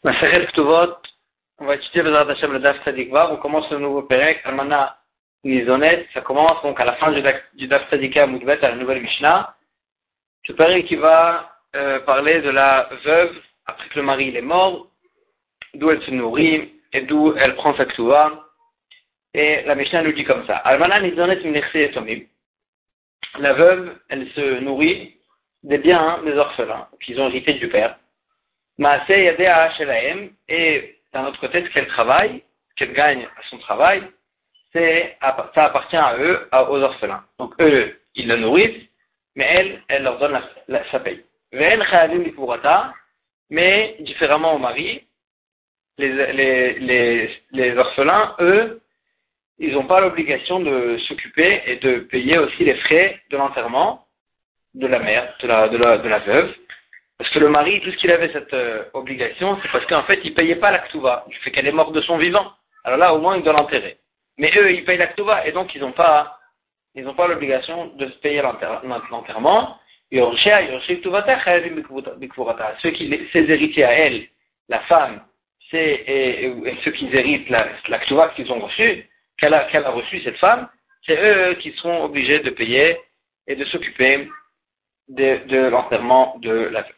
Maseret Ktuvot, on va étudier Bezrat Hashem le Daf Tzadik Vav, on commence le nouveau Perek, Almana Nizonet, ça commence donc à la fin du Daf Tzadik Moudbet, à la nouvelle Mishnah. Ce Perek qui va parler de la veuve, après que le mari il est mort, d'où elle se nourrit et d'où elle prend sa Ktuva. Et la Mishnah nous dit comme ça. Almana Nizonet Mnechse Etomim. La veuve, elle se nourrit des biens des orphelins qu'ils ont hérité du père. Maaseh Yadea Shelahem, et d'un autre côté, ce qu'elle travaille, ce qu'elle gagne à son travail, ça appartient à eux, aux orphelins. Donc eux, ils la nourrissent, mais elle leur donne sa paye. Ve'en chayavim lipurata, mais différemment au mari, les orphelins, eux, ils n'ont pas l'obligation de s'occuper et de payer aussi les frais de l'enterrement de la mère, de la veuve. Parce que le mari, tout ce qu'il avait cette obligation, c'est parce qu'en fait, il ne payait pas la Ktuva, du fait qu'elle est morte de son vivant. Alors là, au moins, il doit l'enterrer. Mais eux, ils payent la Ktuva, et donc ils n'ont pas l'obligation de se payer l'enterrement. Ceux qui, ses héritiers à elle, la femme, et ceux qui héritent la Ktuva qu'ils ont reçue, qu'elle a reçue cette femme, c'est eux qui seront obligés de payer et de s'occuper de l'enterrement de la veuve.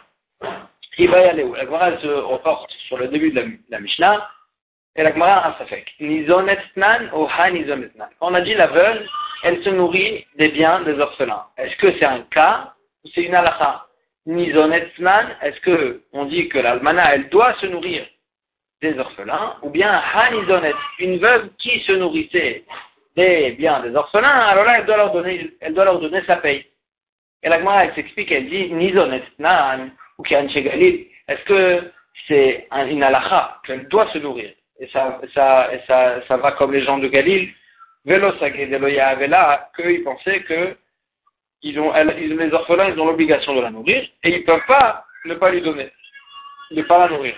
Il va y aller où? La Gemara se reporte sur le début de la Mishnah, et la Gemara a un safek. Nizonetnan ou ha nizonetnan. On a dit la veuve, elle se nourrit des biens des orphelins. Est-ce que c'est un cas ou c'est une halakha? Nizonetnan, est-ce que on dit que l'almana, elle doit se nourrir des orphelins, ou bien ha nizonet, une veuve qui se nourrissait des biens des orphelins, alors là, elle doit leur donner sa paye. Et la Gemara, elle s'explique, elle dit, Nizonetnan, ou Kian Shegalil, est-ce que c'est une halakha, qu'elle doit se nourrir? Et ça va comme les gens de Galil, Velo Sagé de Loya Avela, qu'ils pensaient que les orphelins, ils ont l'obligation de la nourrir, et ils ne peuvent pas ne pas lui donner, ne pas la nourrir.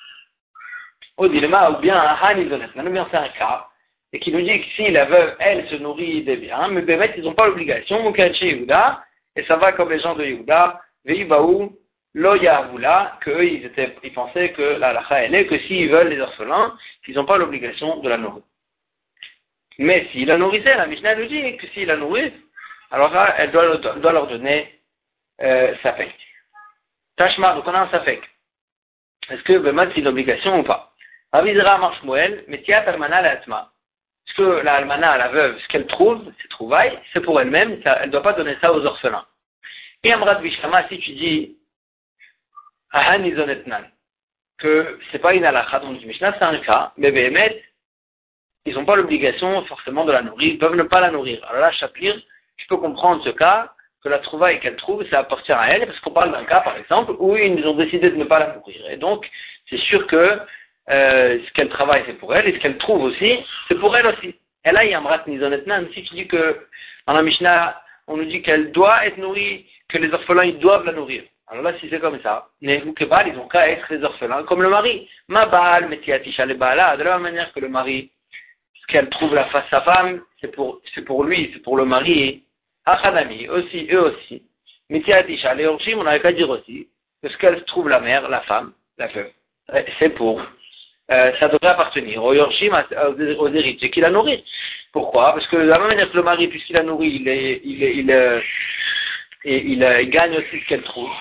Au dilemme, ou bien un ha Nizonetnan, ou bien c'est un cas, et qui nous dit que si la veuve, elle se nourrit des biens, mais Bémet, ils n'ont pas l'obligation, Moukan Yehuda, et ça va comme les gens de Yehuda, Veibaou, Lo Yavula, qu'eux, ils pensaient que la halakha, elle est que s'ils veulent les orphelins, ils n'ont pas l'obligation de la nourrir. Mais s'ils la nourrissaient, la Mishnah nous dit que s'ils la nourrissent, alors là, elle doit leur donner sa paye. Tashma, donc on a un safek. Est-ce que Bémet, c'est une obligation ou pas? Avizra Marshmuel, Metiat Almana la Atma. Est-ce que la almana, la veuve, ce qu'elle trouve, ses trouvailles, c'est pour elle-même, elle ne doit pas donner ça aux orphelins. Et Amrat Bishama, si tu dis, Ahan Izonetnan, que c'est pas une halakha, donc du Mishnah, c'est un cas, mais Béhémet, ils n'ont pas l'obligation forcément de la nourrir, ils peuvent ne pas la nourrir. Alors là, Chaplir, je peux comprendre ce cas, que la trouvaille qu'elle trouve, ça appartient à elle, parce qu'on parle d'un cas, par exemple, où ils ont décidé de ne pas la nourrir. Et donc, c'est sûr que ce qu'elle travaille, c'est pour elle, et ce qu'elle trouve aussi, c'est pour elle aussi. Et là, il y a Amrat Nizonetnan, si tu dis que, dans la Mishnah, on nous dit qu'elle doit être nourrie, que les orphelins, ils doivent la nourrir. Alors là, si c'est comme ça, Nehu Kebal, ils ont qu'à être les orphelins, comme le mari. Ma Baal, Metiatisha le Baala, de la même manière que le mari, ce qu'elle trouve sa femme, c'est pour lui, c'est pour le mari. Achadami, aussi, eux aussi. Metiatisha le Yorshim, on n'avait qu'à dire aussi, que ce qu'elle trouve la mère, la femme, la veuve, c'est pour. Ça devrait appartenir au Yorshim, aux héritiers qui la nourrissent. Pourquoi? Parce que de la même manière que le mari, puisqu'il la nourrit, il gagne aussi ce qu'elle trouve.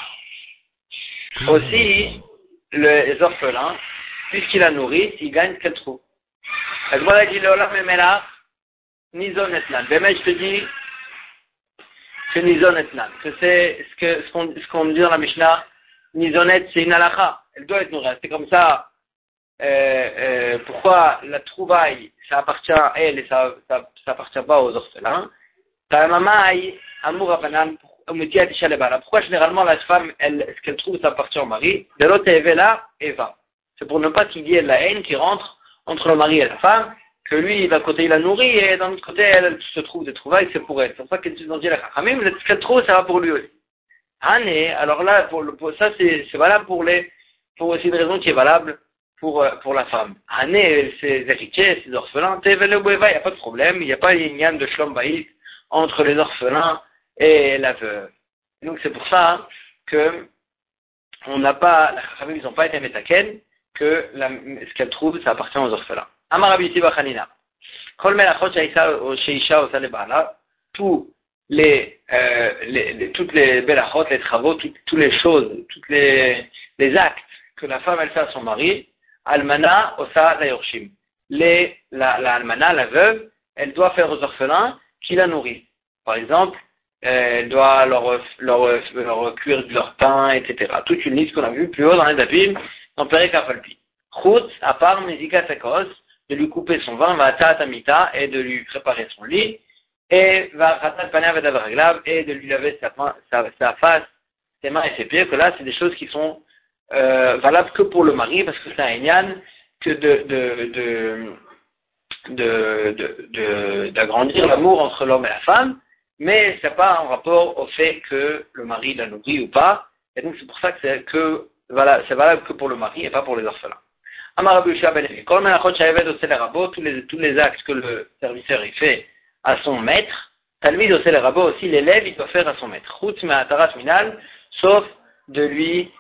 Aussi, les orphelins, puisqu'il la nourrit, ils gagnent ce qu'elle trouve. La Gemara dit, Leolam Emelach, Nizon Etnan. Bémet, je te dis, c'est Nizon Etnan. Que c'est ce qu'on dit dans la Mishnah, Nizonet, c'est une halakha. Elle doit être nourrie. C'est comme ça. Pourquoi la trouvaille, ça appartient à elle et ça appartient pas aux orphelins. Pourquoi généralement la femme, ce qu'elle trouve, ça appartient au mari. De l'autre, Eva. C'est pour ne pas qu'il y ait de la haine qui rentre entre le mari et la femme, que lui, d'un côté, il la nourrit, et d'un autre côté, elle se trouve des trouvailles, c'est pour elle. C'est pour ça qu'ils ont dit la Chachamim, ce qu'elle trouve, ça va pour lui aussi. Alors là, pour ça, c'est valable pour aussi une raison qui est valable pour la femme. Ses héritiers, ses orphelins, il n'y a pas de problème, il n'y a pas une yann de shlom baït entre les orphelins et la veuve. Donc c'est pour ça que on n'a pas, la Chachamim, ils n'ont pas été metaken, que ce qu'elle trouve, ça appartient aux orphelins. Amar Rabbi Yossi bar Chanina. Kol melachot sheisha osa leba'ala, toutes les belachot, les travaux, toutes les choses, les actes que la femme elle fait à son mari, almana osa la yorshim. La almana, la veuve, elle doit faire aux orphelins qui la nourrissent. Par exemple, elle doit leur cuire de leur pain, etc. Toute une liste qu'on a vue plus haut dans les Davim, dans Perek Afalpi. Chutz, à part Mezika Sakos, de lui couper son vin, Vata Tamita, et de lui préparer son lit, et Vachatat Panea Vedavaraglav, et de lui laver sa face, ses mains et ses pieds, que là, c'est des choses qui sont valables que pour le mari, parce que c'est un Enyan que d'agrandir l'amour entre l'homme et la femme, mais c'est pas en rapport au fait que le mari la nourrit ou pas, et donc c'est pour ça que c'est valable que pour le mari et pas pour les orphelins. Amar Rabbi Yoshua ben Levi, kol melachot she'aved oseh lerabo, tous les actes que le serviteur il fait à son maître, talmid oseh lerabo aussi, l'élève il doit faire à son maître. Chutz me'atarat minal, sauf de lui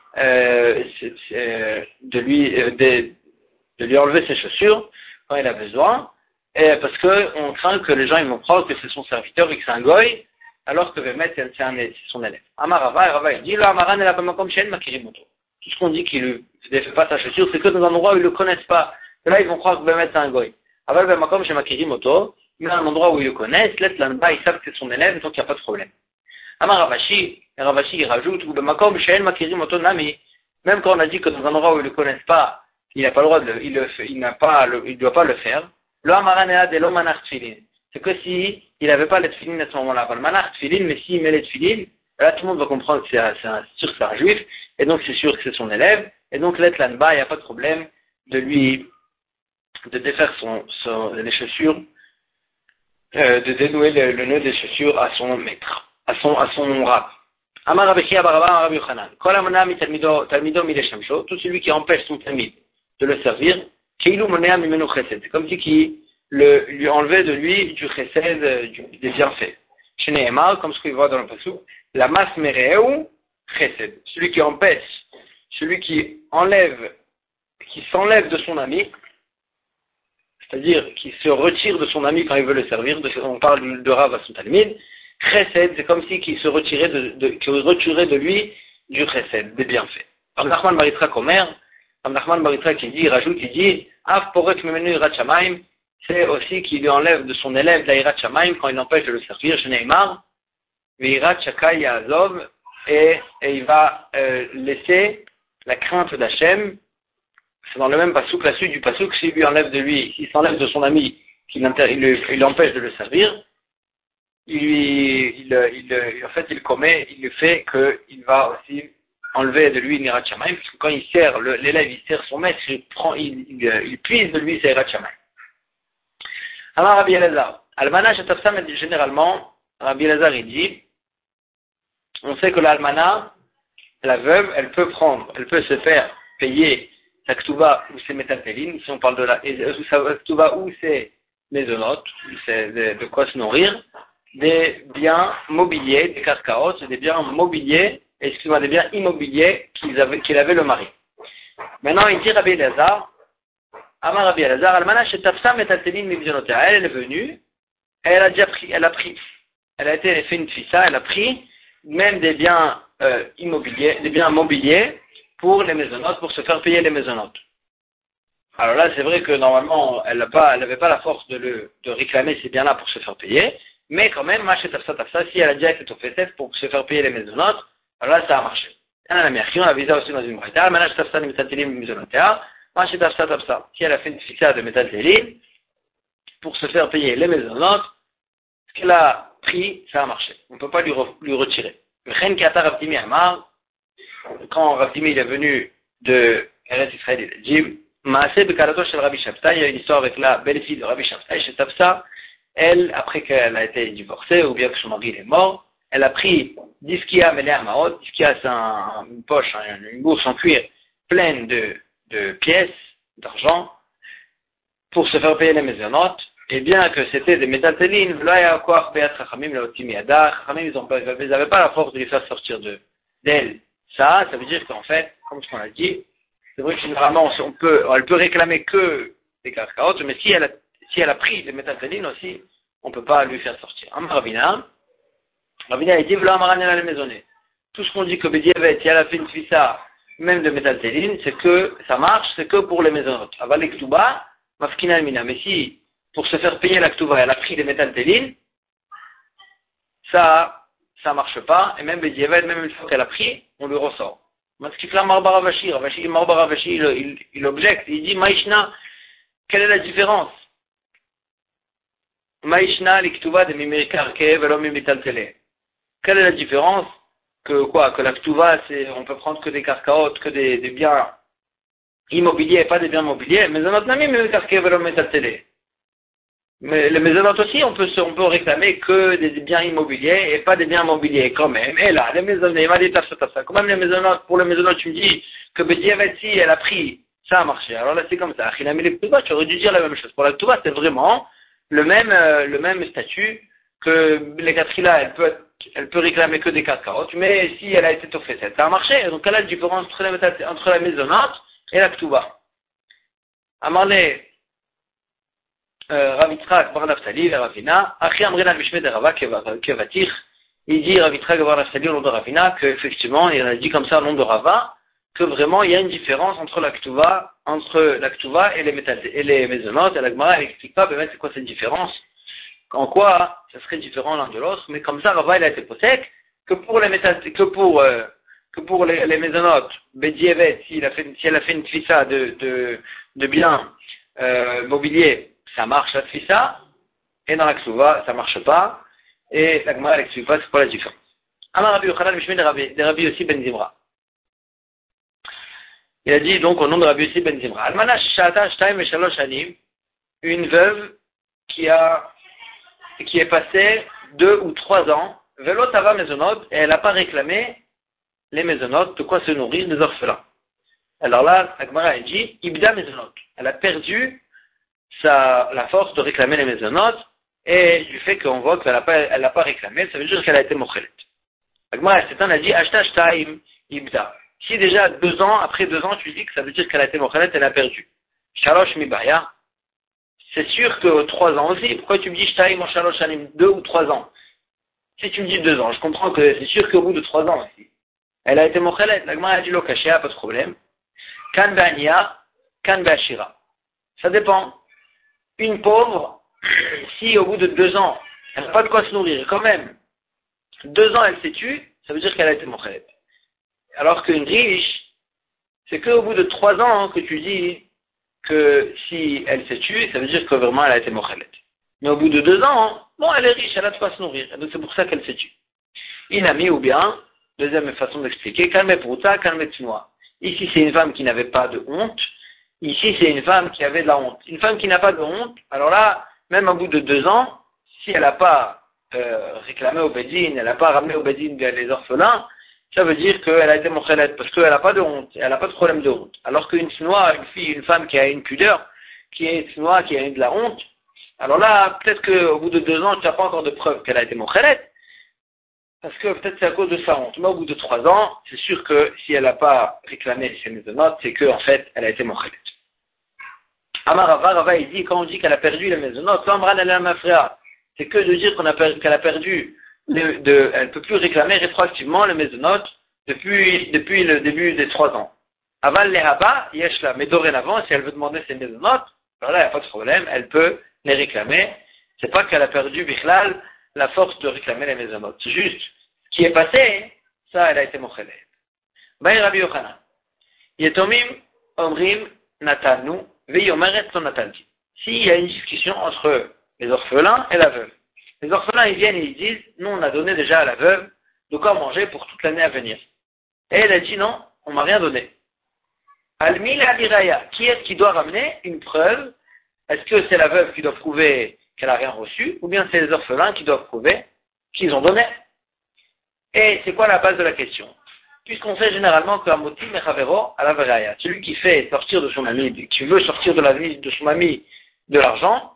enlever ses chaussures quand il a besoin, et parce que on craint que les gens ils vont croire que c'est son serviteur et que c'est un goy, alors que Vémet c'est son élève. Amar Rava il dit lo amaran ela b'makom she'en makirim oto. Tout ce qu'on dit qu'il ne fait pas sa chaussure, c'est que dans un endroit où ils le connaissent pas. Et là ils vont croire que Vémet c'est un goy. Aval b'makom she'en makirim oto, mais dans un endroit où ils le connaissent, let l'anba ils savent que c'est son élève, donc il n'y a pas de problème. Amar Ravashi il rajoute ou b'makom she'en makirim oto nami, même quand on a dit que dans un endroit où ils le connaissent pas, il n'a pas le droit il doit pas le faire. Le amaranea de l'omanach tfilin. C'est que si il n'avait pas les tfilin à ce moment-là, le manach tfilin, mais s'il met les tfilin, là tout le monde va comprendre que c'est sûr que c'est un juif, et donc c'est sûr que c'est son élève, et donc l'etlanba, il n'y a pas de problème de défaire les chaussures, de dénouer le nœud des chaussures à son maître, à son rab. Amar Rabbi Chia bar Abba Rabbi Yochanan. Kol amana mi talmido mi leshamsho, tout celui qui empêche son talmid de le servir, c'est comme si qui lui enlevait de lui du chesed, des bienfaits. Chez Nehemar, comme ce qu'il voit dans le passou, la masse mereu chesed. Celui qui empêche, celui qui s'enlève de son ami, c'est-à-dire qui se retire de son ami quand il veut le servir, on parle de Rav à son talmid, chesed, c'est comme si qui se retirait de lui du chesed, des bienfaits. Rav Nachman bar Yitzchak Omer, Rav Nachman bar Yitzchak il dit, Av porek memenu irat shamayim, c'est aussi qu'il lui enlève de son élève la irat shamayim quand il l'empêche de le servir, chez Neymar, irat shakai yazov, et il va laisser la crainte d'Hachem. C'est dans le même passouk, la suite du passouk, s'il lui enlève de lui, s'il s'enlève de son ami, il l'empêche de le servir, il le fait qu'il va aussi enlever de lui une irat shamayim, parce que quand il sert, l'élève il sert son maître, il puise de lui sa irat shamayim. Alors Rabbi Elazar, Almana Shetafsam, généralement, Rabbi Elazar il dit, on sait que l'almana, la veuve, elle peut se faire payer sa ktuba ou ses métaltéline, si on parle de la ktuba ou ses maisonnotes, c'est de quoi se nourrir, des biens mobiliers, des cascaotes, des biens mobiliers, des biens immobiliers qu'il avait le mari. Maintenant, il dit Rabbi Elazar, Amar Rabbi Elazar, Almana Shetafsam métaltéline mibzionotea, elle est venue, elle a pris, elle a fait une fissa, elle a pris même des biens immobiliers, des biens mobiliers pour les maisonnotes, pour se faire payer les maisonnotes. Alors là, c'est vrai que normalement, elle n'avait pas la force de réclamer ces biens-là pour se faire payer, mais quand même, si elle a déjà été au FSF pour se faire payer les maisonnotes, alors là, ça a marché. On a vu ça aussi dans une braïta, si elle a fait une fixa de métal télim pour se faire payer les maisonnotes, ce qu'elle a pris, ça a marché. On ne peut pas lui retirer. Quand Rav Dimi est venu de Eretz Israël, il a dit, Maaseh Bekalato shel Rabbi Shabtai, il y a une histoire avec la belle-fille de Rabbi Shabtai, chez Tafsa, elle, après qu'elle a été divorcée, ou bien que son mari est mort, elle a pris Diskia Melea Maot, Diskia c'est une poche, une bourse en cuir pleine de pièces, d'argent, pour se faire payer les maisonnotes, et bien que c'était des métaltélines, ils n'avaient pas la force de lui faire sortir d'elle. Ça veut dire qu'en fait, comme ce qu'on a dit, c'est vrai que généralement, elle peut réclamer que des karkaot, mais si elle a pris des métaltéline aussi, on ne peut pas lui faire sortir. Ravina a dit, voilà, Amaran la maisonnée. Tout ce qu'on dit que Bediavet, si elle a fait une fissa, même de métaltéline, c'est que ça marche, c'est que pour les maisonnotes. Aval Ektuba, Mafkina Almina. Mais si, pour se faire payer la Ktuba, elle a pris des métaltéline, ça marche pas, et même Bediavet, même une fois qu'elle a pris, on lui ressort. Maskifla Marbar Ravashi, il objecte, il dit, Maïshna, quelle est la différence? Maïshna l'iktuva de mimirkarke velo mimitaltele. Quelle est la différence? Que la ktuva, on peut prendre que des karkaot, que des biens immobiliers, pas des biens mobiliers, mais un autre nami mimirkarke velo mimitaltele. Mais les maisonnotes aussi, on peut réclamer que des biens immobiliers et pas des biens mobiliers quand même. Et là, les maisonnotes, il m'a dit ça. Quand même les maisonnotes, pour les maisonnotes, tu me dis que Bediavetsi, elle a pris, ça a marché. Alors là, c'est comme ça. Achilami les Ktuba, tu aurais dû dire la même chose. Pour la Ktuba, c'est vraiment le même statut que les Katrila, elle peut réclamer que des carottes, mais si elle a été toffée, ça a marché. Donc, quelle est la différence entre la maisonnote et la Ktuba? Amarle, Rav Yitzhak bar Naftali, Ravina, Achi Amrina Mishme de Rava Kevatir, il dit Rav Yitzhak bar Naftali au nom de Ravina, qu'effectivement, il a dit comme ça au nom de Rava, que vraiment il y a une différence entre la Ktuva et les maisonnotes, et la Gemara n'explique pas, c'est quoi cette différence, en quoi ça serait différent l'un de l'autre, mais comme ça, Rava il a été posek, que pour les maisonnotes, Bedievet, si elle a fait une tfissa de biens mobiliers, ça marche la tfissa, et dans la Ktuva, ça marche pas, et la Gemara n'explique pas c'est quoi la différence. Amar Rabbi Yochanan Mishmei de Rabbi Yossi ben Zimra. Il a dit donc au nom de Rabbi Yossi ben Zimra, Almana Shata Shtaim et Shalosh Anim, une veuve qui est passée 2 ou 3 ans, Velo Tava Mezonot, et elle n'a pas réclamé les Mezonot, de quoi se nourrir des orphelins. Alors là, la Gemara a dit, Ibda Mezonot, elle a perdu la force de réclamer les Mezonot, et du fait qu'on voit qu'elle n'a pas réclamé, ça veut dire qu'elle a été mochelet. La Gemara a dit, Ashta Shtaim Ibda. Si déjà après 2 ans, tu dis que ça veut dire qu'elle a été mochelet, elle a perdu. Shalosh Mibaya. C'est sûr que 3 ans aussi. Pourquoi tu me dis Shtaim en Shalosh Anim 2 ou 3 ans? Si tu me dis 2 ans, je comprends que c'est sûr qu'au bout de 3 ans aussi. Elle a été mochelet. La Gemara a dit Lokashia, pas de problème. Kan Ba'ania, Kan Ba'ashira. Ça dépend. Une pauvre, si au bout de 2 ans, elle n'a pas de quoi se nourrir, quand même, 2 ans elle s'est tue, ça veut dire qu'elle a été mochelet. Alors qu'une riche, c'est qu'au bout de 3 ans que tu dis que si elle s'est tuée, ça veut dire que vraiment elle a été mochelet. Mais au bout de 2 ans, bon, elle est riche, elle a de quoi se nourrir. Donc c'est pour ça qu'elle s'est tuée. Inami ou bien, deuxième façon d'expliquer, calme prouta, calme tinoa. Ici c'est une femme qui n'avait pas de honte. Ici c'est une femme qui avait de la honte. Une femme qui n'a pas de honte, alors là, même au bout de 2 ans, si elle n'a pas réclamé au Bedin, elle n'a pas ramené au Bedin les orphelins, ça veut dire qu'elle a été mochelet, parce qu'elle n'a pas de honte, elle n'a pas de problème de honte. Alors qu'une Sinoa, une femme qui a une pudeur, qui est Sinoa, qui a eu de la honte, alors là, peut-être qu'au bout de 2 ans, tu n'as pas encore de preuve qu'elle a été mochelet, parce que peut-être c'est à cause de sa honte. Mais au bout de 3 ans, c'est sûr que si elle n'a pas réclamé ses mésonotes, c'est qu'en fait, elle a été mochelet. Amar Rava, il dit, quand on dit qu'elle a perdu les mésonotes, c'est que de dire qu'elle a perdu elle ne peut plus réclamer rétroactivement le mésonote depuis le début des 3 ans. Aval lehaba, yeshla. Mais dorénavant, si elle veut demander ses mésonotes, alors là, il n'y a pas de problème, elle peut les réclamer. C'est pas qu'elle a perdu, bichlal, la force de réclamer les mésonotes. C'est juste, ce qui est passé, ça, elle a été mochelet. Baï Rabbi Yochanan. Yetomim, omrim, natanu, veyomeret son natalti. S'il y a une discussion entre les orphelins et la veuve. Les orphelins, ils viennent et ils disent, nous, on a donné déjà à la veuve de quoi manger pour toute l'année à venir. Et elle a dit, non, on m'a rien donné. Almil aliraya, qui est-ce qui doit ramener une preuve? Est-ce que c'est la veuve qui doit prouver qu'elle a rien reçu, ou bien c'est les orphelins qui doivent prouver qu'ils ont donné? Et c'est quoi la base de la question? Puisqu'on sait généralement qu'un motif mechavero à la veraya, celui qui fait sortir de son ami, qui veut sortir de la vie de son ami de l'argent,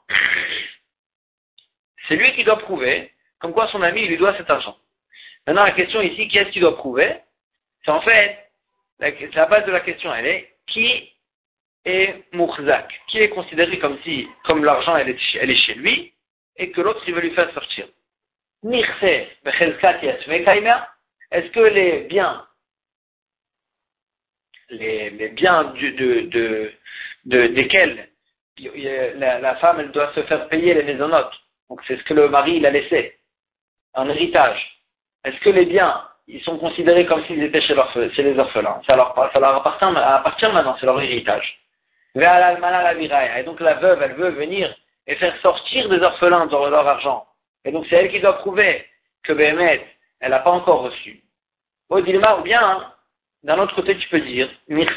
c'est lui qui doit prouver, comme quoi son ami il lui doit cet argent. Maintenant la question ici, qui est-ce qui doit prouver? C'est en fait, la base de la question elle est, qui est muhzak, qui est considéré comme l'argent elle est chez lui, et que l'autre il veut lui faire sortir. Nirse bechezkat yasme kaima, est-ce que les biens desquels la femme elle doit se faire payer les maisonnotes, donc c'est ce que le mari il a laissé, un héritage. Est-ce que les biens ils sont considérés comme s'ils étaient chez les orphelins? Ça leur appartient maintenant, c'est leur héritage. Et donc la veuve, elle veut venir et faire sortir des orphelins dans leur argent. Et donc c'est elle qui doit prouver que Béhémet, elle n'a pas encore reçu. Ou bien, d'un autre côté, tu peux dire,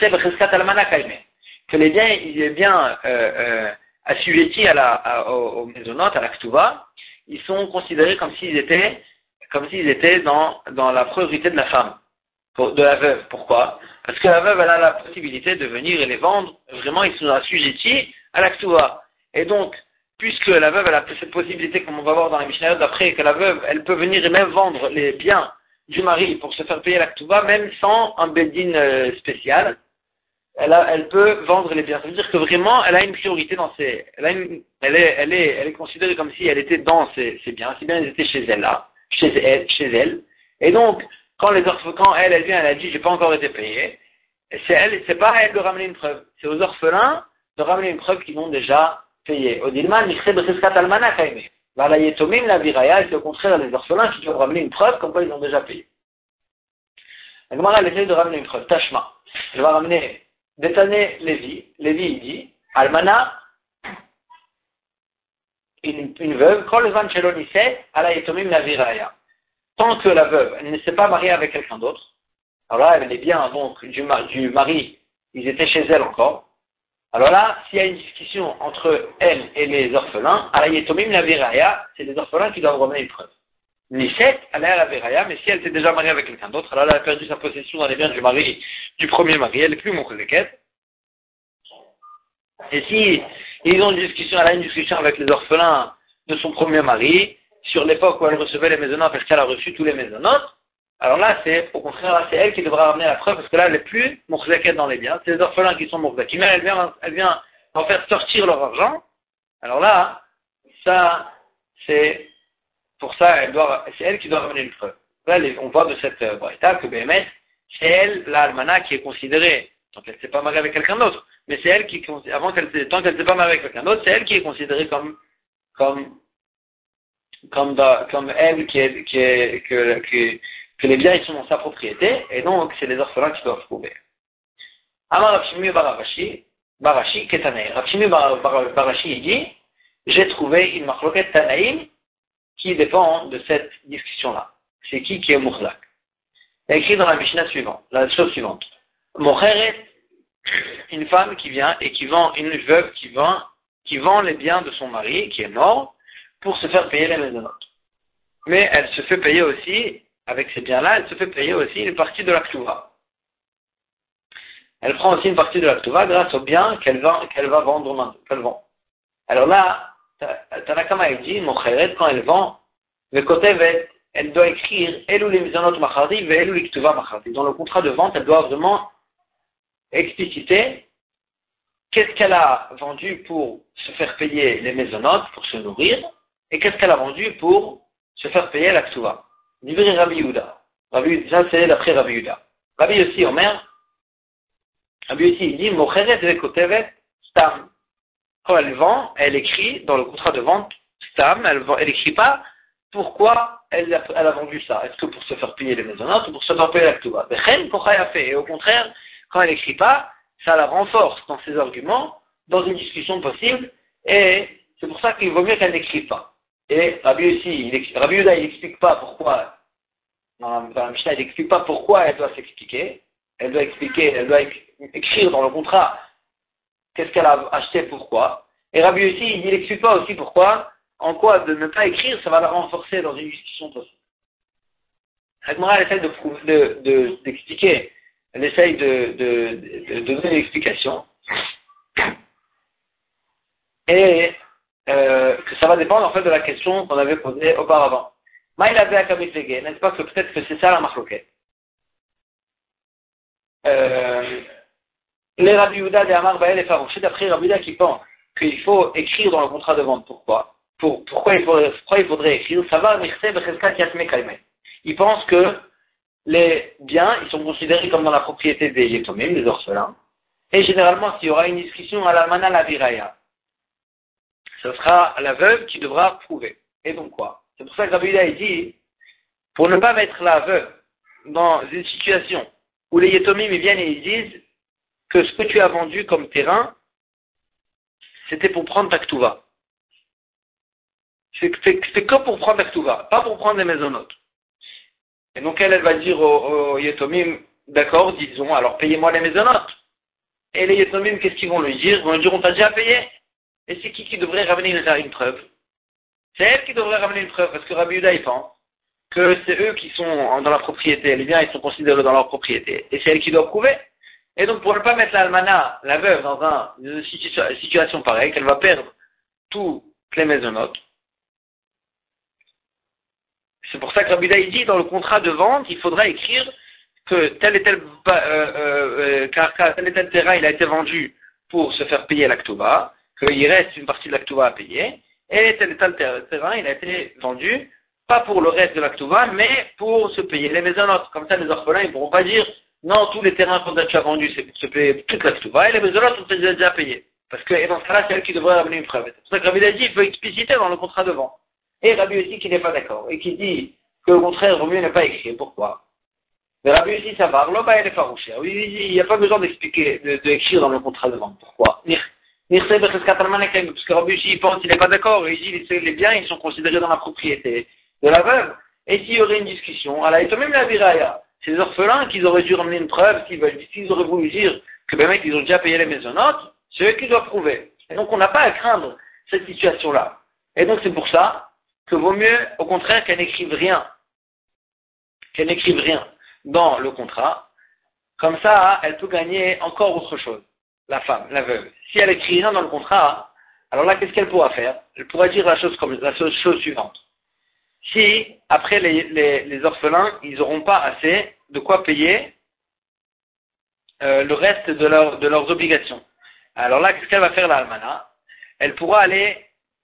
que les biens assujettis aux maisonnotes, à la ktuva, ils sont considérés comme s'ils étaient dans la priorité de la femme, de la veuve. Pourquoi? Parce que la veuve, elle a la possibilité de venir et les vendre. Vraiment, ils sont assujettis à la ktuva. Et donc, puisque la veuve, elle a cette possibilité, comme on va voir dans la Mishnah d'après, que la veuve, elle peut venir et même vendre les biens du mari pour se faire payer la ktuva, même sans un bedin spécial, elle peut vendre les biens. Ça veut dire que vraiment, elle a une priorité dans elle est considérée comme si elle était dans ses biens, si bien elle était chez elle là, chez elle. Et donc, quand elle vient, elle a dit, j'ai pas encore été payé, c'est pas à elle de ramener une preuve. C'est aux orphelins de ramener une preuve qu'ils l'ont déjà payé. Odilman, la yetomim, la viraya, et c'est au contraire les orphelins qui doivent ramener une preuve comme quoi ils ont déjà payé. La Gemara, elle essaie de ramener une preuve. Tashma. Je vais ramener Détané Lévi. Lévi, il dit, Almana, une veuve, quand le van chelon issait, ala yetomim la viraya. Tant que la veuve, elle ne s'est pas mariée avec quelqu'un d'autre, alors là, elle est bien, donc, du mari, ils étaient chez elle encore. Alors là, s'il y a une discussion entre elle et les orphelins, ala yetomim la viraya, c'est les orphelins qui doivent ramener une preuve. Nisset, elle est à la viraya, mais si elle s'est déjà mariée avec quelqu'un d'autre, alors elle a perdu sa possession dans les biens du premier mari, elle n'est plus mon chozeket. Et si ils ont elle a une discussion avec les orphelins de son premier mari, sur l'époque où elle recevait les maisonnotes, parce qu'elle a reçu tous les maisonnotes, alors là, au contraire, là, c'est elle qui devra ramener la preuve, parce que là, elle n'est plus mourzaket dans les biens, c'est les orphelins qui sont mourzakim, mais elle vient en faire sortir leur argent. Alors là, ça, c'est elle qui doit ramener une preuve. Là, on voit de cette braïta que Béhémet, c'est elle, la almana, qui est considérée, tant qu'elle ne s'est pas mariée avec quelqu'un d'autre, mais c'est elle tant qu'elle ne s'est pas mariée avec quelqu'un d'autre, c'est elle qui est considérée comme elle que les biens ils sont dans sa propriété, et donc c'est les orphelins qui doivent prouver. Amar Rav Shimi Barashi Ketanei. Rav Shimi Barashi il dit, j'ai trouvé une machloket Tanaïm qui dépend de cette discussion-là. C'est qui est Mourzak? Il est écrit dans la Mishnah suivante, la chose suivante. Mocheret, une femme qui vient et qui vend, une veuve qui vend les biens de son mari, qui est mort, pour se faire payer les maisonnotes. Mais elle se fait payer aussi, avec ces biens-là, elle se fait payer aussi une partie de la ktuva. Elle prend aussi une partie de la ktuva grâce aux biens qu'elle va vendre, qu'elle vend. Alors là, Tanakama il dit, Mocheret, quand elle vend, le kotevet, elle doit écrire Elou les maisonnotes machardi, ve Elou les ktuva machardi. Dans le contrat de vente, elle doit vraiment expliciter qu'est-ce qu'elle a vendu pour se faire payer les maisonnotes, pour se nourrir, et qu'est-ce qu'elle a vendu pour se faire payer la ktuva. Divri Rabbi Yehuda. Ça c'est d'après Rabbi Yehuda. Rabbi aussi, Omer, Rabbi aussi il dit, Mocheret ve kotevet stam. Quand elle vend, elle écrit dans le contrat de vente stam, elle écrit pas pourquoi elle a vendu ça. Est-ce que pour se faire payer les maisonnotes ou pour se faire payer la ktuva. Et au contraire, quand elle écrit pas, ça la renforce dans ses arguments, dans une discussion possible, et c'est pour ça qu'il vaut mieux qu'elle n'écrive pas. Et Rabbi Yehuda, il n'explique pas pourquoi, dans la Mishnah, il n'explique pas pourquoi elle doit s'expliquer. Elle doit écrire dans le contrat qu'est-ce qu'elle a acheté, pourquoi. Et Rabbi aussi, il n'explique pas aussi pourquoi, en quoi de ne pas écrire, ça va la renforcer dans une discussion possible. Agmara, elle essaie d'expliquer, elle essaye de donner l'explication. Et que ça va dépendre en fait de la question qu'on avait posée auparavant. Maïla Bea Kamit Lege, n'est-ce pas que peut-être que c'est ça la marloquette? Les Rabbi Yehuda de Amar Bael et Farouché, d'après Rabbi Yehuda qui pense qu'il faut écrire dans le contrat de vente. Pourquoi il faudrait écrire? Ça va, il pense que les biens, ils sont considérés comme dans la propriété des Yetomim, des orphelins. Et généralement, s'il y aura une discussion à l'Almana la Viraya, ce sera la veuve qui devra prouver. Et donc quoi? C'est pour ça que Rabbi Yehuda dit, pour ne pas mettre la veuve dans une situation où les Yetomim ils viennent et ils disent que ce que tu as vendu comme terrain, c'était pour prendre ta Ktuva. C'est que pour prendre ta Ktuva, pas pour prendre les maisonnotes. Et donc elle va dire aux Yetomim, d'accord, disons, alors payez-moi les maisonnotes. Et les Yetomim, qu'est-ce qu'ils vont lui dire? Ils vont lui dire, on t'a déjà payé. Et c'est qui devrait ramener une preuve? C'est elle qui devrait ramener une preuve, parce que Rabbi Yehuda, il pense que c'est eux qui sont dans la propriété, les biens, ils sont considérés dans leur propriété. Et c'est elle qui doit prouver. Et donc, pour ne pas mettre l'almana, la veuve, dans une situation pareille, qu'elle va perdre toutes les maisonnotes, c'est pour ça que Rabbi Yehuda dit, dans le contrat de vente, il faudra écrire que tel et tel terrain, il a été vendu pour se faire payer la Ktuva, qu'il reste une partie de la Ktuva à payer, et tel terrain, il a été vendu, pas pour le reste de la Ktuva, mais pour se payer les maisonnotes. Comme ça, les orphelins, ils ne pourront pas dire, non, tous les terrains qu'on a déjà vendus, c'est pour se payer toute la Ktuva, et les maisonnotes, on s'est déjà payé. Parce que, et dans ce cas-là, c'est elle qui devrait ramener une preuve. C'est pour ça que Rabbi a dit, il faut expliciter dans le contrat de vente. Et Rabbi aussi qui n'est pas d'accord, et qui dit que au contraire, il vaut mieux ne pas écrire. Pourquoi? Mais Rabbi aussi, ça va. L'homme, elle est farouche. Oui, il n'y a pas besoin d'expliquer, d'écrire dans le contrat de vente. Pourquoi? Parce que Rabbi aussi, il pense qu'il n'est pas d'accord, il dit, les biens, ils sont considérés dans la propriété de la veuve. Et s'il y aurait une discussion, alors, et même la viraya, c'est les orphelins qu'ils auraient dû ramener une preuve, s'ils auraient voulu dire que ben mec, ils ont déjà payé les maisonnotes, c'est eux qui doivent prouver. Et donc, on n'a pas à craindre cette situation-là. Et donc, c'est pour ça que vaut mieux, au contraire, qu'elle n'écrive rien. Qu'elle n'écrive rien dans le contrat. Comme ça, elle peut gagner encore autre chose. La femme, la veuve. Si elle écrit rien dans le contrat, alors là, qu'est-ce qu'elle pourra faire? Elle pourra dire la chose suivante. Si, après les orphelins, ils n'auront pas assez de quoi payer le reste de leurs obligations. Alors là, qu'est-ce qu'elle va faire, l'almana? Elle voudrait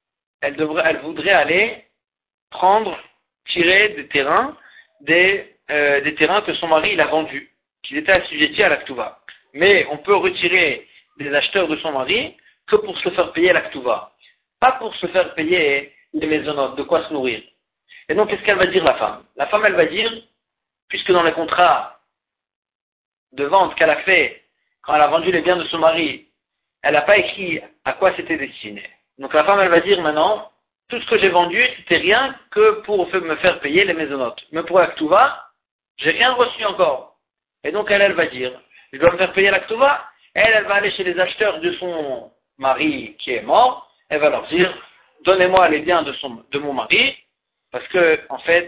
aller tirer des terrains, des terrains que son mari il a vendus, qu'ils étaient assujettis à la Ktuva. Mais on peut retirer des acheteurs de son mari que pour se faire payer la Ktuva. Pas pour se faire payer les maisonnotes, de quoi se nourrir. Et donc, qu'est-ce qu'elle va dire, la femme? La femme, elle va dire, puisque dans les contrats de vente qu'elle a fait, quand elle a vendu les biens de son mari, elle n'a pas écrit à quoi c'était destiné. Donc la femme, elle va dire maintenant, tout ce que j'ai vendu, c'était rien que pour me faire payer les maisonnotes. Mais pour la Ktuva, j'ai rien reçu encore. Et donc elle va dire, je dois me faire payer la Ktuva. Elle va aller chez les acheteurs de son mari qui est mort. Elle va leur dire, donnez-moi les biens de mon mari, parce que, en fait,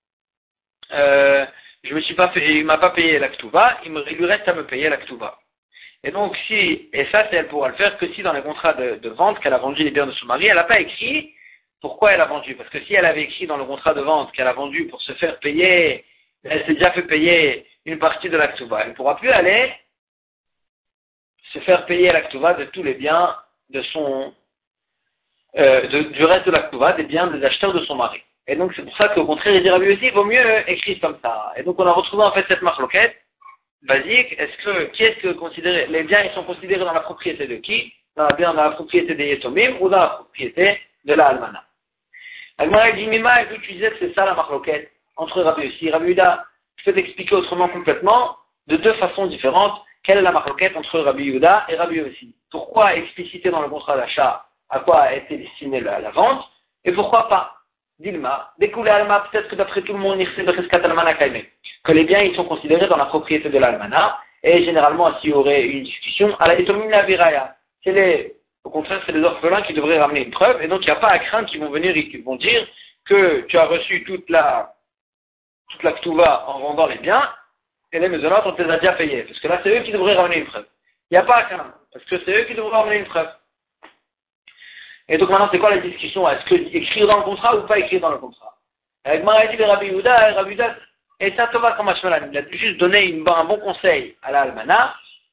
il m'a pas payé la Ktuva, il lui reste à me payer la Ktuva. Et donc et ça, elle pourra le faire que si dans les contrats de vente qu'elle a vendu les biens de son mari, elle n'a pas écrit pourquoi elle a vendu. Parce que si elle avait écrit dans le contrat de vente qu'elle a vendu pour se faire payer, elle s'est déjà fait payer une partie de la Ktuva, elle ne pourra plus aller se faire payer la Ktuva de tous les biens du reste de la Ktuva, des biens des acheteurs de son mari. Et donc c'est pour ça qu'au contraire, il dira lui aussi, il vaut mieux écrire comme ça. Et donc on a retrouvé en fait cette marloquette basique. Qui est-ce que les biens, ils sont considérés dans la propriété de qui? Dans la propriété des Yetomim ou dans la propriété de la Almana. Agmara dit, Mima, et puis tu disais que c'est ça la marloquette entre Rabbi Yossi et Rabbi Yehuda. Je peux t'expliquer autrement complètement, de deux façons différentes, quelle est la marloquette entre Rabbi Yehuda et Rabbi Yossi. Pourquoi expliciter dans le contrat d'achat à quoi a été destinée la vente, et pourquoi pas? Dilma, découlé Alma, peut-être que d'après tout le monde, que les biens ils sont considérés dans la propriété de l'Almana, et généralement, s'il y aurait une discussion, à la Etomim la Viraya. Au contraire, c'est les orphelins qui devraient ramener une preuve, et donc il n'y a pas à craindre qu'ils vont venir et qu'ils vont dire que tu as reçu toute la Ktuva en vendant les biens, et les maisonnotes, on te les a déjà payés. Parce que là, c'est eux qui devraient ramener une preuve. Il n'y a pas à craindre, parce que c'est eux qui devraient ramener une preuve. Et donc maintenant, c'est quoi la discussion? Est-ce que écrire dans le contrat ou pas écrire dans le contrat? Avec Maradi de Rabbi Yehuda, et ça Tova comme Hashmalan, il a juste donné un bon conseil à la Almana,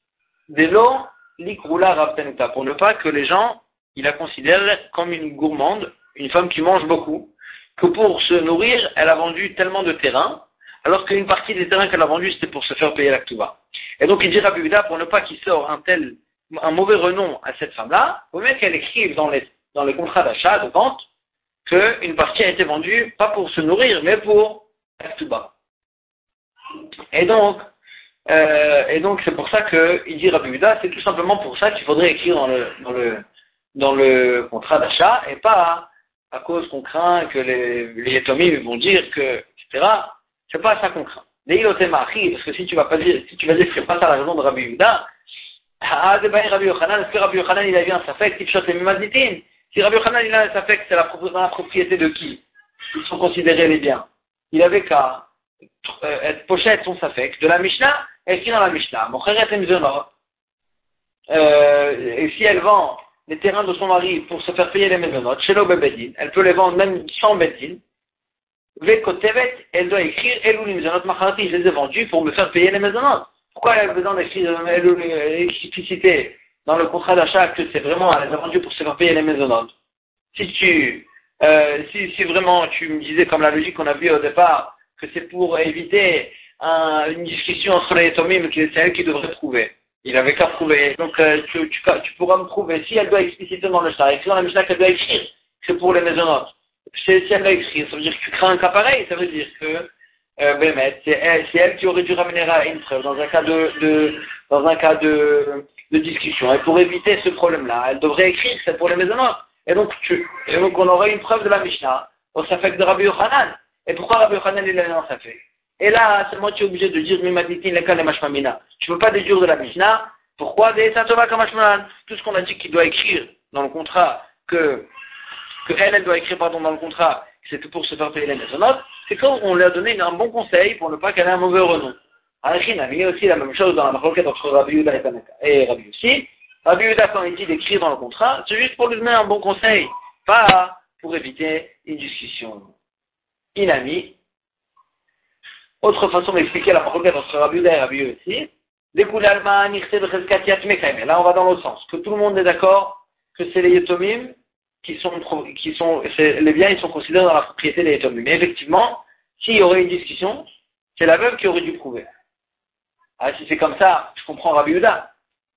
Delo likrula rabtanuta, pour ne pas que les gens, ils la considèrent comme une gourmande, une femme qui mange beaucoup, que pour se nourrir, elle a vendu tellement de terrains, alors qu'une partie des terrains qu'elle a vendus, c'était pour se faire payer la Ktuva. Et donc il dit Rabbi Yehuda, pour ne pas qu'il sorte un mauvais renom à cette femme-là, il faut même qu'elle écrive dans les contrats d'achat, de vente, qu'une partie a été vendue, pas pour se nourrir, mais pour la Ktuva. Et donc c'est pour ça qu'il dit Rabbi Yehuda, c'est tout simplement pour ça qu'il faudrait écrire dans le contrat d'achat, et pas à cause qu'on craint que les Yetomim vont dire que, etc. C'est pas ça qu'on craint. Parce que si tu vas dire que c'est pas ça la raison de Rabbi Yehuda, est-ce que Rabbi Yochanan il a vu un safek, si Rabbi Yochanan il a un safek, c'est la propriété de qui ils sont considérés les biens. Il avait qu'à être pochette son safek de la Mishnah, et écrit dans la Mishnah, et si elle vend les terrains de son mari pour se faire payer les mezonot, chez l'Obebedin, elle peut les vendre même sans Bedin, Vekotevet, elle doit écrire Elou mezonot macharati, je les ai vendus pour me faire payer les mezonot. Pourquoi elle a besoin d'écrire expliciter dans le contrat d'achat que c'est vraiment, elle les a vendus pour se faire payer les mezonot? Si vraiment tu me disais comme la logique qu'on a vu au départ, que c'est pour éviter une discussion entre les Tomim, que c'est elle qui devrait prouver. Il avait qu'à prouver. Donc tu pourras me prouver. Si elle doit expliciter dans le Mishnah, écrire dans la Mishnah qu'elle doit écrire, c'est pour les mezonot. Si elle doit écrire, ça veut dire que tu crains un cas pareil, ça veut dire que c'est elle qui aurait dû ramener à une preuve dans un cas de discussion. Et pour éviter ce problème-là, elle devrait écrire, c'est pour les mezonot. Et donc on aurait une preuve de la Mishnah au safek de Rabbi Yochanan. Et pourquoi Rabbi Yochanan il est dans safek? Et là, seulement tu es obligé de dire Mimaditin lekal et mashmamina. Tu ne peux pas déduire de la Mishnah. Pourquoi des satova kamashmanan? Tout ce qu'on a dit qu'il doit écrire dans le contrat que elle doit écrire dans le contrat, c'est pour se faire payer les mezonot, c'est qu'on lui a donné un bon conseil pour ne pas qu'elle ait un mauvais renom. Alachin a mis aussi la même chose dans la marloquette entre Rabbi Yehuda et Rabbi Yossi. Rabbi Yehuda, quand il dit d'écrire dans le contrat, c'est juste pour lui donner un bon conseil, pas pour éviter une discussion. Inami. Autre façon d'expliquer la marloquette entre Rabbi Yehuda et Rabbi Yossi, là on va dans l'autre sens, que tout le monde est d'accord que c'est les Yetomim les biens, ils sont considérés dans la propriété des Yetomim. Mais effectivement, s'il y aurait une discussion, c'est la veuve qui aurait dû prouver. Ah, si c'est comme ça, je comprends Rabbi Yehuda,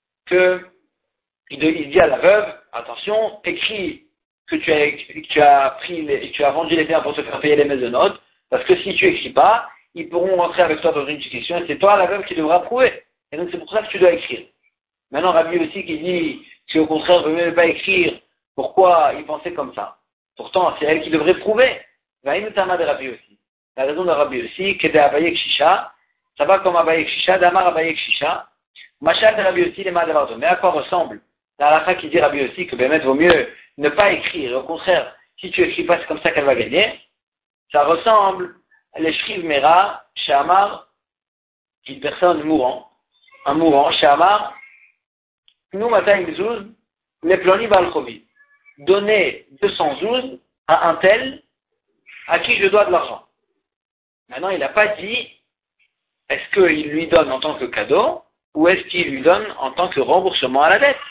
il dit à la veuve, attention, écris que tu as vendu les biens pour te faire payer les mezonot, parce que si tu écris pas, ils pourront rentrer avec toi dans une discussion, et c'est toi la veuve qui devra prouver. Et donc c'est pour ça que tu dois écrire. Maintenant, Rabbi aussi qui dit, si au contraire, ne veut même pas écrire, pourquoi il pensait comme ça? Pourtant, c'est elle qui devrait prouver. Vaïnutama de Rabbi aussi. La raison de Rabbi aussi, que de Abayek Shisha, ça va comme Abayek Shisha, Damar Abayek Shisha. Machal de Rabbi aussi, les Madavardo. Mais à quoi ressemble la halakha qui dit Rabbi aussi que Bémet vaut mieux ne pas écrire. Au contraire, si tu écris pas, c'est comme ça qu'elle va gagner. Ça ressemble à l'Eshriv Mera, chez Amar, une personne mourant, un mourant, chez Amar, nous, Mata Imzouz, les Ploni Balchovi. Donner 212 à un tel à qui je dois de l'argent. Maintenant, il n'a pas dit est-ce qu'il lui donne en tant que cadeau ou est-ce qu'il lui donne en tant que remboursement à la dette.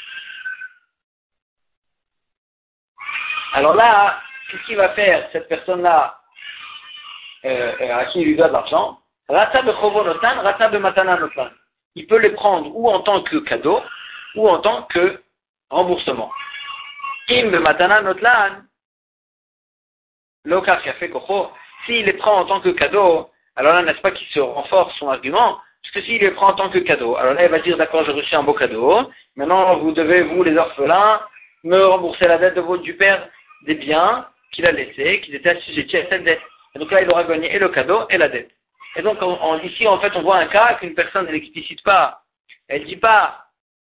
Alors là, qu'est-ce qu'il va faire cette personne-là à qui il lui doit de l'argent? Rata bechovo notan, rata bematana notan. Il peut les prendre ou en tant que cadeau ou en tant que remboursement. Im bematana notlan, l'okar qui a fait kocho, s'il les prend en tant que cadeau, alors là, n'est-ce pas qu'il se renforce son argument? Parce que s'il les prend en tant que cadeau, alors là, il va dire, d'accord, j'ai reçu un beau cadeau, maintenant, vous devez, vous, les orphelins, me rembourser la dette du père des biens qu'il a laissés, qu'ils étaient assujettis à cette dette. Et donc là, il aura gagné et le cadeau et la dette. Et donc, ici, en fait, on voit un cas qu'une personne n'explicite pas, elle dit pas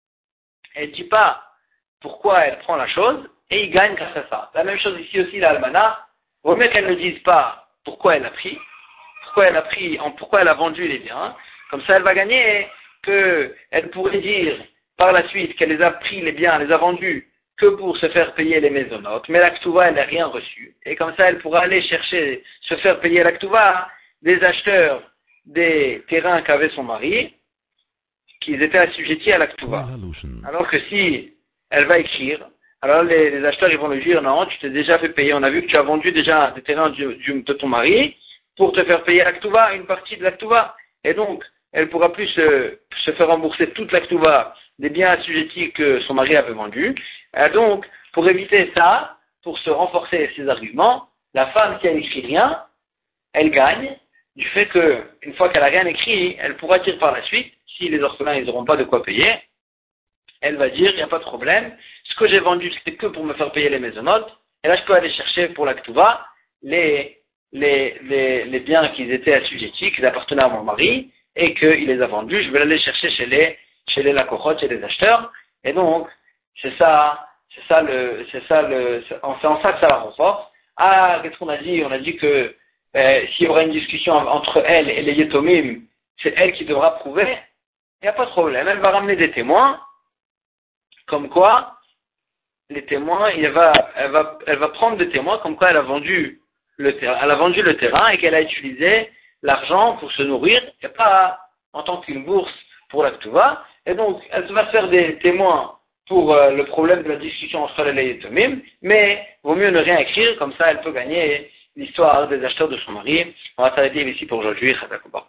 pourquoi elle prend la chose, et il gagne grâce à ça. La même chose ici aussi, la almana, vaut mieux qu'elle ne dise pas pourquoi elle a pris, pourquoi elle a vendu les biens, comme ça elle va gagner, qu'elle pourrait dire par la suite qu'elle les a pris les biens, elle les a vendus que pour se faire payer les mésonotes, mais la Ktuva elle n'a rien reçu, et comme ça elle pourra aller chercher, se faire payer la Ktuva des acheteurs des terrains qu'avait son mari, qu'ils étaient assujettis à la Ktuva. Alors que si elle va écrire, alors les acheteurs ils vont lui dire non, tu t'es déjà fait payer, on a vu que tu as vendu déjà des terrains de ton mari pour te faire payer la Ktuva, une partie de la Ktuva. Et donc, elle pourra plus se faire rembourser toute la Ktuva des biens assujettis que son mari avait vendus. Donc, pour éviter ça, pour se renforcer ses arguments, la femme qui a écrit rien, elle gagne du fait que, une fois qu'elle a rien écrit, elle pourra dire par la suite, si les orphelins ils n'auront pas de quoi payer, elle va dire, il n'y a pas de problème, ce que j'ai vendu c'était que pour me faire payer les maisonnotes, et là je peux aller chercher pour la Ktuva les biens qui étaient assujettis, qui appartenaient à mon mari, et qu'il les a vendus, je vais aller chercher chez les lacochotes, chez les acheteurs, et donc, c'est en ça que ça la renforce. Ah, qu'est-ce qu'on a dit? On a dit que s'il y aura une discussion entre elle et les Yetomim, c'est elle qui devra prouver. Il n'y a pas de problème. Elle va ramener des témoins, comme quoi, les témoins, elle va prendre des témoins, comme quoi elle a vendu le terrain et qu'elle a utilisé l'argent pour se nourrir, et pas en tant qu'une bourse pour la Ktuva. Et donc, elle va faire des témoins pour le problème de la discussion entre elle et les Yetomim, mais vaut mieux ne rien écrire, comme ça elle peut gagner l'histoire des acheteurs de son mari. On va s'arrêter ici pour aujourd'hui.